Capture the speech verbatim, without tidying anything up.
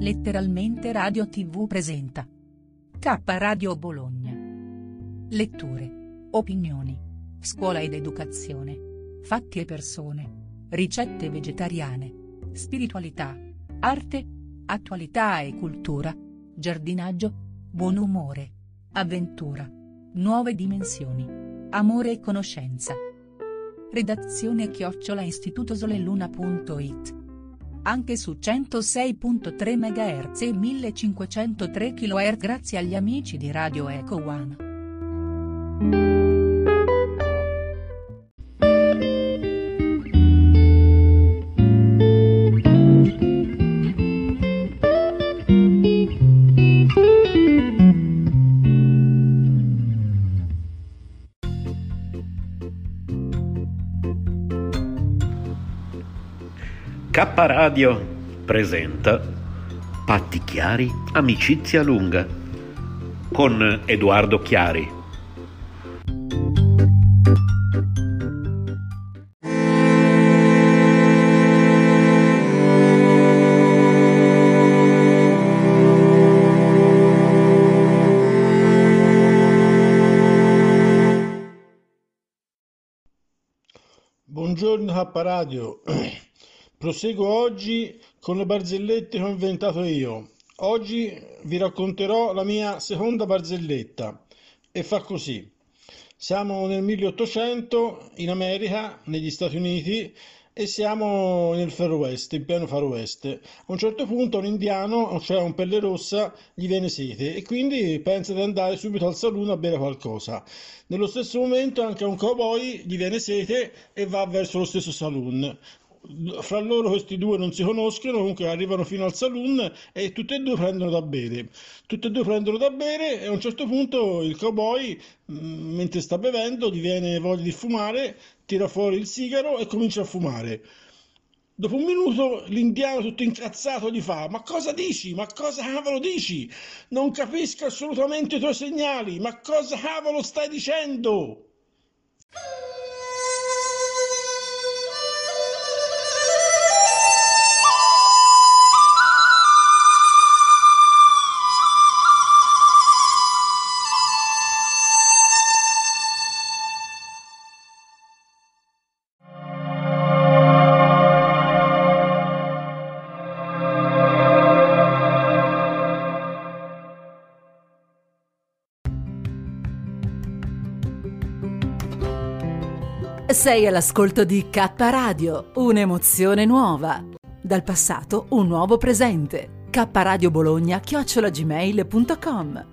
Letteralmente Radio tivù presenta K Radio Bologna. Letture, opinioni, scuola ed educazione, fatti e persone, ricette vegetariane, spiritualità, arte, attualità e cultura, giardinaggio, buon umore, avventura, nuove dimensioni, amore e conoscenza. Redazione chiocciola istitutosoleluna punto it. Anche su centosei virgola tre megahertz e millecinquecentotre chilohertz grazie agli amici di Radio Eco One. K Radio presenta Patti Chiari, amicizia lunga con Edoardo Chiari. Buongiorno K Radio. Proseguo oggi con le barzellette che ho inventato io. Oggi vi racconterò la mia seconda barzelletta e fa così. Siamo nel milleottocento in America, negli Stati Uniti, e siamo nel Far West, in pieno Far West. A un certo punto un indiano, cioè un pelle rossa, gli viene sete e quindi pensa di andare subito al saloon a bere qualcosa. Nello stesso momento anche a un cowboy gli viene sete e va verso lo stesso saloon. Fra loro questi due non si conoscono, comunque arrivano fino al saloon e tutti e due prendono da bere. Tutti e due prendono da bere e a un certo punto il cowboy, mh, mentre sta bevendo, gli viene voglia di fumare, tira fuori il sigaro e comincia a fumare. Dopo un minuto l'indiano tutto incazzato gli fa: ma cosa dici? Ma cosa cavolo dici? Non capisco assolutamente i tuoi segnali, ma cosa cavolo stai dicendo? Sei all'ascolto di K Radio, un'emozione nuova. Dal passato un nuovo presente. K Radio Bologna chiocciola gmail punto com.